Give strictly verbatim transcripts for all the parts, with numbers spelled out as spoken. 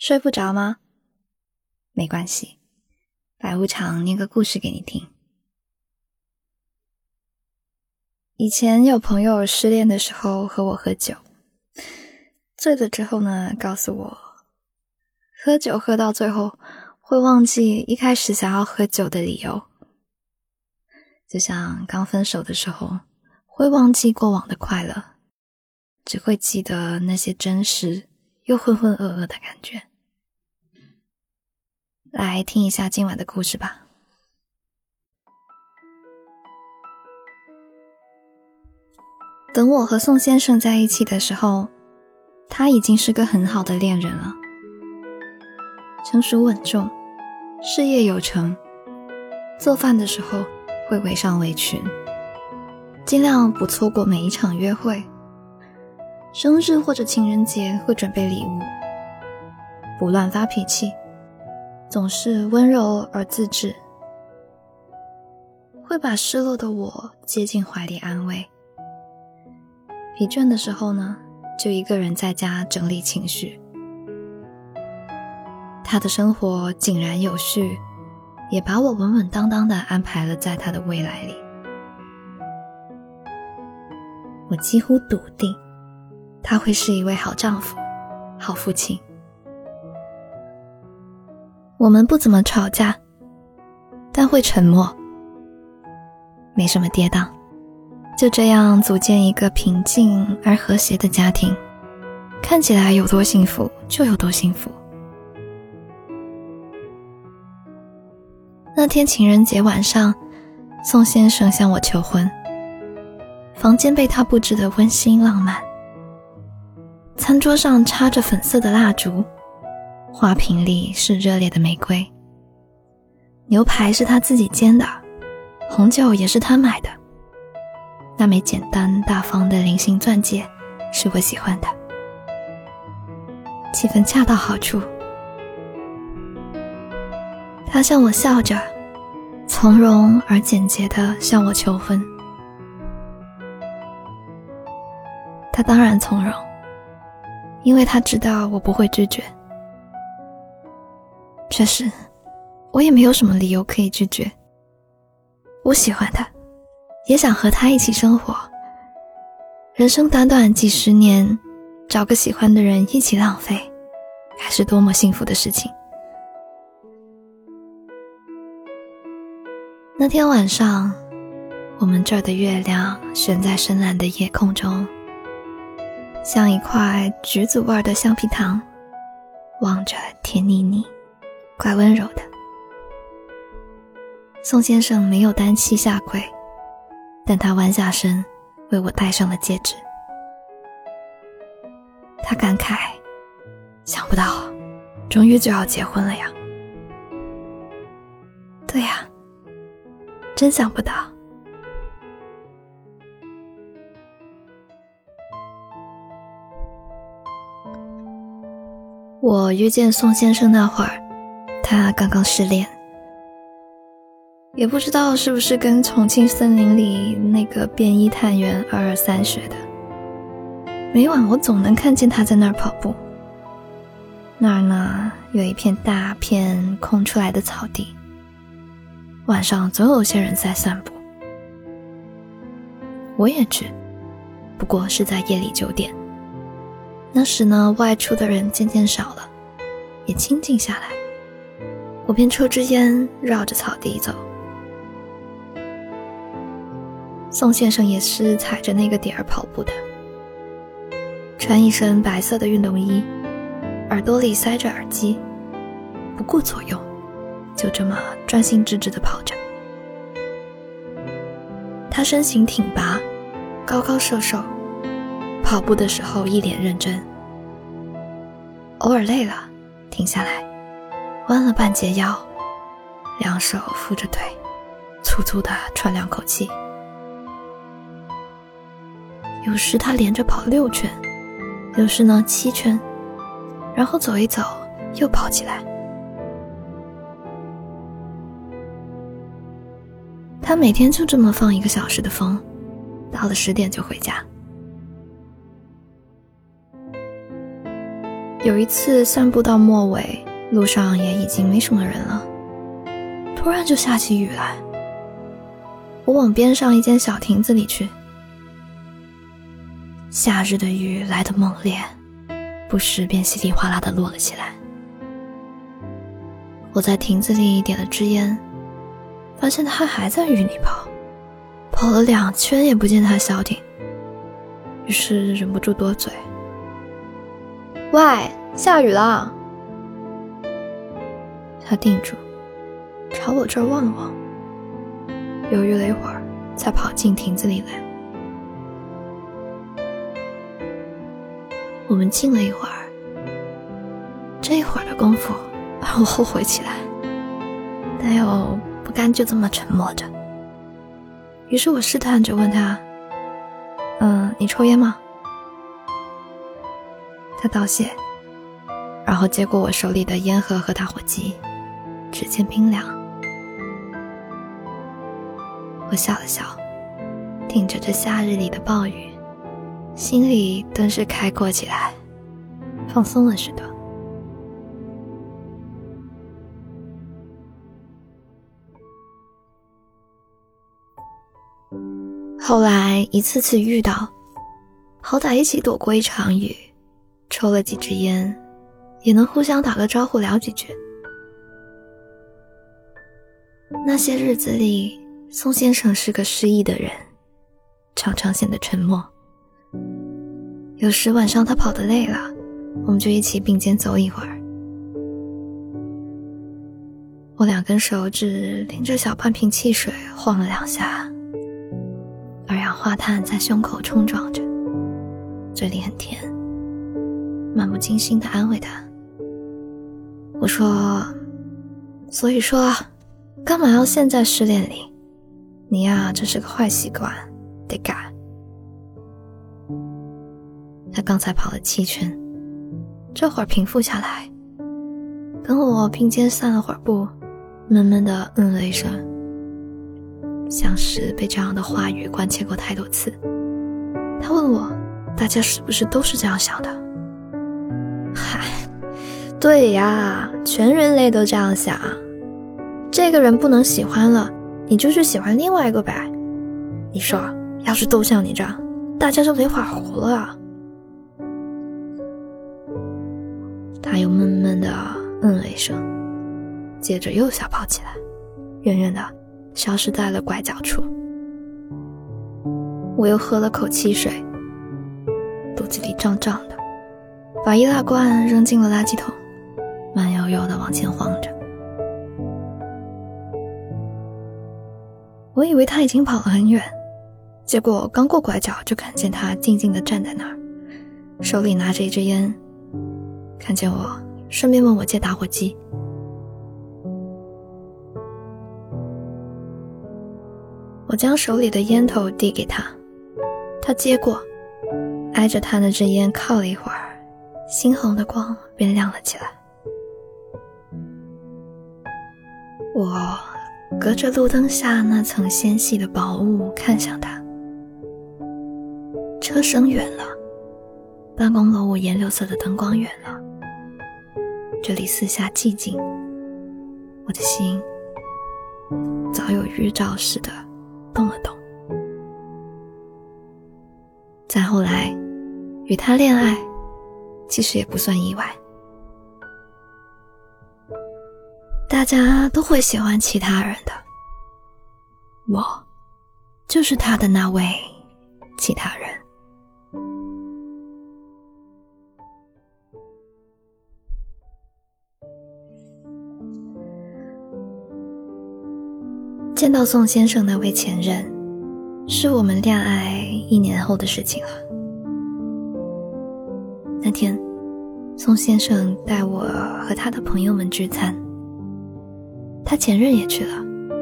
睡不着吗？没关系，白无常念个故事给你听。以前有朋友失恋的时候和我喝酒，醉了之后呢，告诉我喝酒喝到最后会忘记一开始想要喝酒的理由，就像刚分手的时候会忘记过往的快乐，只会记得那些真实又浑浑噩噩的感觉。来听一下今晚的故事吧。等我和宋先生在一起的时候，他已经是个很好的恋人了，成熟稳重，事业有成，做饭的时候会围上围裙，尽量不错过每一场约会，生日或者情人节会准备礼物，不乱发脾气，总是温柔而自制，会把失落的我接进怀里安慰。疲倦的时候呢，就一个人在家整理情绪。他的生活井然有序，也把我稳稳当当地安排了在他的未来里。我几乎笃定他会是一位好丈夫，好父亲。我们不怎么吵架，但会沉默，没什么跌宕，就这样组建一个平静而和谐的家庭，看起来有多幸福就有多幸福。那天情人节晚上，宋先生向我求婚，房间被他布置得温馨浪漫，餐桌上插着粉色的蜡烛，花瓶里是热烈的玫瑰，牛排是他自己煎的，红酒也是他买的，那枚简单大方的菱形钻戒是我喜欢的，气氛恰到好处。他向我笑着，从容而简洁地向我求婚。他当然从容，因为他知道我不会拒绝。确实，我也没有什么理由可以拒绝。我喜欢他，也想和他一起生活。人生短短几十年，找个喜欢的人一起浪费，还是多么幸福的事情。那天晚上，我们这儿的月亮悬在深蓝的夜空中，像一块橘子味的橡皮糖，望着甜腻腻，怪温柔的。宋先生没有单膝下跪，但他弯下身为我戴上了戒指。他感慨，想不到终于就要结婚了呀。对呀，真想不到。我遇见宋先生那会儿，他刚刚失恋，也不知道是不是跟重庆森林里那个便衣探员二二三学的。每晚我总能看见他在那儿跑步，那儿呢有一片大片空出来的草地，晚上总有些人在散步。我也去，不过是在夜里九点。那时呢，外出的人渐渐少了，也清静下来。我便抽支烟，绕着草地走。宋先生也是踩着那个点儿跑步的，穿一身白色的运动衣，耳朵里塞着耳机，不顾左右，就这么专心致志地跑着。他身形挺拔，高高瘦瘦，跑步的时候一脸认真，偶尔累了停下来，弯了半截腰，两手扶着腿，粗粗地喘两口气。有时他连着跑六圈，有时呢七圈，然后走一走又跑起来。他每天就这么放一个小时的风，到了十点就回家。 有一次散步到末尾，路上也已经没什么人了，突然就下起雨来。我往边上一间小亭子里去，夏日的雨来得猛烈，不时便稀里哗啦地落了起来。我在亭子里点了支烟，发现他还在雨里跑，跑了两圈也不见他消停，于是忍不住多嘴：喂，下雨了。他定住，朝我这儿望了望，犹豫了一会儿，才跑进亭子里来。我们静了一会儿，这一会儿的功夫让我后悔起来，但又不甘就这么沉默着。于是我试探着问他：嗯，你抽烟吗？他道谢，然后接过我手里的烟盒和打火机，指尖冰凉。我笑了笑，听着这夏日里的暴雨，心里顿时开阔起来，放松了似的。后来一次次遇到，好歹一起躲过一场雨，抽了几支烟，也能互相打个招呼聊几句。那些日子里，宋先生是个失意的人，常常显得沉默。有时晚上他跑得累了，我们就一起并肩走一会儿。我两根手指拎着小半瓶汽水晃了两下，二氧化碳在胸口冲撞着，嘴里很甜，漫不经心地安慰他。我说，所以说干嘛要陷在失恋里？你呀，这是个坏习惯，得改。他刚才跑了七圈，这会儿平复下来，跟我并肩散了会儿步，闷闷地嗯了一声，像是被这样的话语关切过太多次。他问我，大家是不是都是这样想的？嗨，对呀，全人类都这样想。这个人不能喜欢了，你就去喜欢另外一个呗。你说，要是都像你这样，大家就没法活了啊。他又闷闷地嗯了一声，接着又小跑起来，远远地消失在了拐角处。我又喝了口汽水，肚子里胀胀的，把易拉罐扔进了垃圾桶，慢悠悠地往前晃着。我以为他已经跑了很远，结果刚过拐角就看见他静静地站在那儿，手里拿着一支烟，看见我顺便问我借打火机。我将手里的烟头递给他，他接过，挨着他那支烟靠了一会儿，猩红的光便亮了起来。我隔着路灯下那层纤细的薄雾看向他，车声远了，办公楼五颜六色的灯光远了，这里四下寂静，我的心早有预兆似的动了动。再后来与他恋爱，其实也不算意外。大家都会喜欢其他人的，我就是他的那位其他人。见到宋先生那位前任，是我们恋爱一年后的事情了。那天，宋先生带我和他的朋友们聚餐，他前任也去了。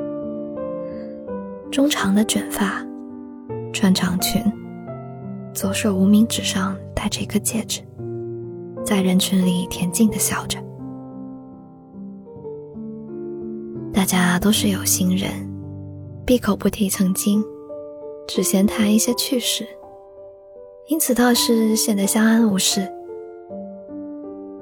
中长的卷发，穿长裙，左手无名指上戴着一个戒指，在人群里恬静地笑着。大家都是有心人，闭口不提曾经，只闲谈一些趣事，因此倒是显得相安无事。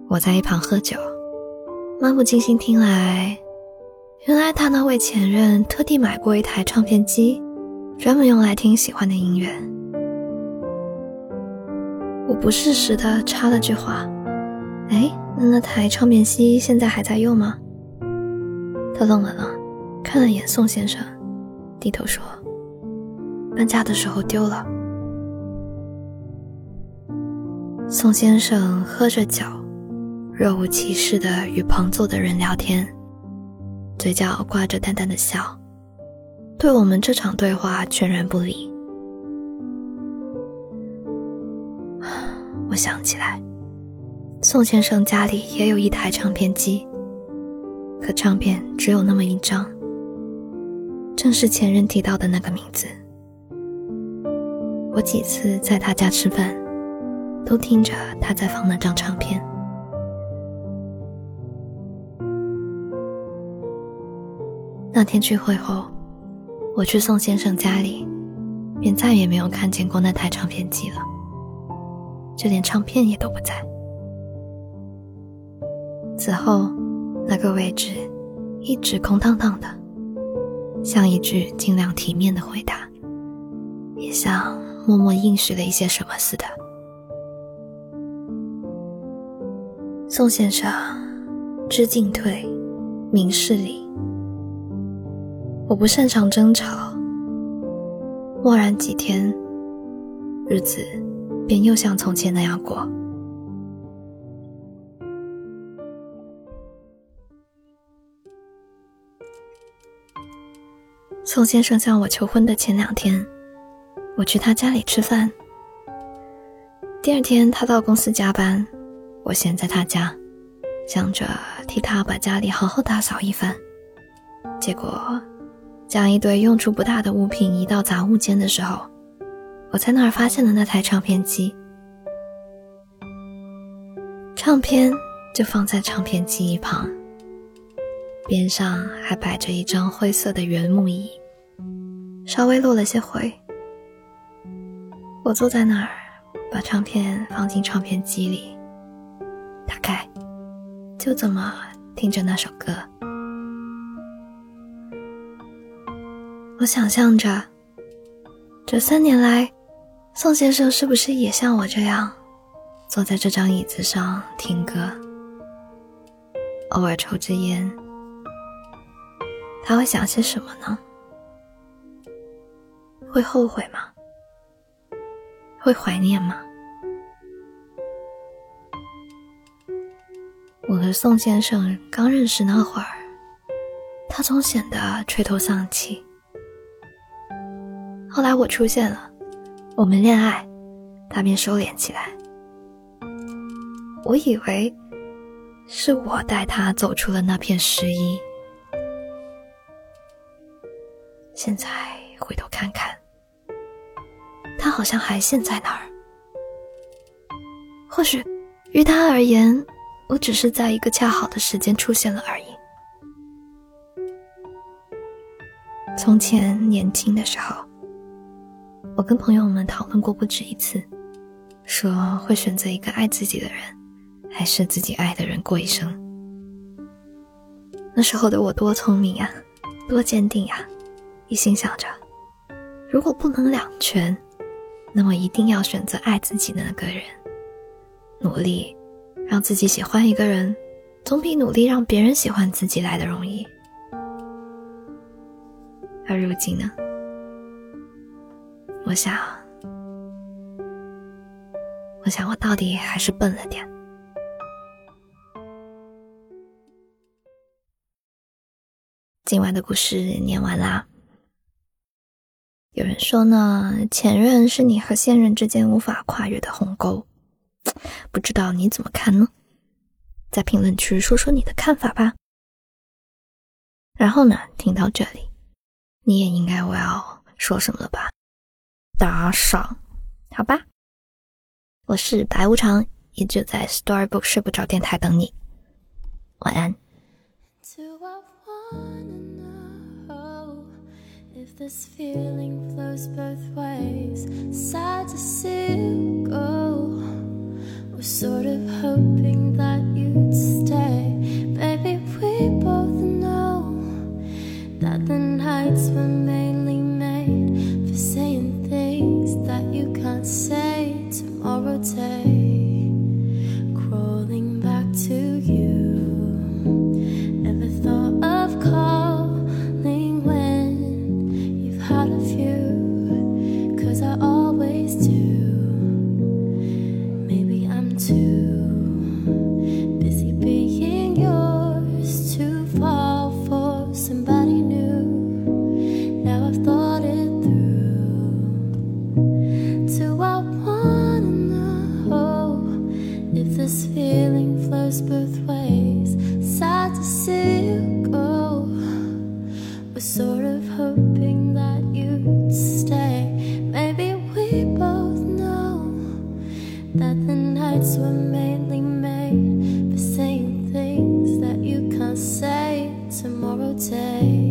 我在一旁喝酒，漫不经心听来，原来他那位前任特地买过一台唱片机，专门用来听喜欢的音乐。我不适时地插了句话，诶，那那台唱片机现在还在用吗？他愣了愣，看了眼宋先生，低头说，搬家的时候丢了。宋先生喝着酒，若无其事地与旁坐的人聊天，嘴角挂着淡淡的笑，对我们这场对话全然不理。我想起来，宋先生家里也有一台唱片机，可唱片只有那么一张，正是前任提到的那个名字。我几次在他家吃饭，都听着他在放那张唱片。那天聚会后，我去宋先生家里，便再也没有看见过那台唱片机了，就连唱片也都不在。此后，那个位置一直空荡荡的，像一句尽量体面的回答，也像默默应许了一些什么似的。宋先生知进退，明事理。我不擅长争吵，默然几天，日子便又像从前那样过。宋先生向我求婚的前两天，我去他家里吃饭。第二天他到公司加班，我闲在他家，想着替他把家里好好打扫一番。结果将一堆用处不大的物品移到杂物间的时候，我在那儿发现了那台唱片机。唱片就放在唱片机一旁，边上还摆着一张灰色的原木椅，稍微落了些灰。我坐在那儿，把唱片放进唱片机里，大概就这么听着那首歌。我想象着，这三年来，宋先生是不是也像我这样，坐在这张椅子上听歌，偶尔抽支烟。他会想些什么呢？会后悔吗？会怀念吗？我和宋先生刚认识那会儿，他总显得垂头丧气。后来我出现了，我们恋爱，他便收敛起来。我以为是我带他走出了那片失意，现在回头看看，他好像还陷在那儿。或许于他而言，我只是在一个恰好的时间出现了而已。从前年轻的时候，我跟朋友们讨论过不止一次，说会选择一个爱自己的人，还是自己爱的人过一生。那时候的我多聪明啊，多坚定啊，一心想着，如果不能两全，那么一定要选择爱自己的那个人。努力让自己喜欢一个人，总比努力让别人喜欢自己来的容易。而如今呢？我想，我想我到底还是笨了点。今晚的故事念完啦。有人说呢，前任是你和现任之间无法跨越的鸿沟，不知道你怎么看呢？在评论区说说你的看法吧。然后呢，听到这里，你也应该我要说什么了吧？打赏，好吧？我是白无常，也就在 Storybook 睡不着电台等你。晚安。This feeling flows both ways, sad to see you go. was sort of hoping that you'd stay. Baby, we both know that the nights were mainly made for saying things that you can't say tomorrow day. Crawling back to you, never thought of calling when you've had a few, 'cause I always do. Maybe I'm too busy being yours to fall for somebody new. Now I've thought it through. Do I wanna know if this feeling flows both ways? Sad to see you go. Was sort of hoping that you'd stay. Maybe we both know that the nights were mainly made for saying things that you can't say tomorrow day.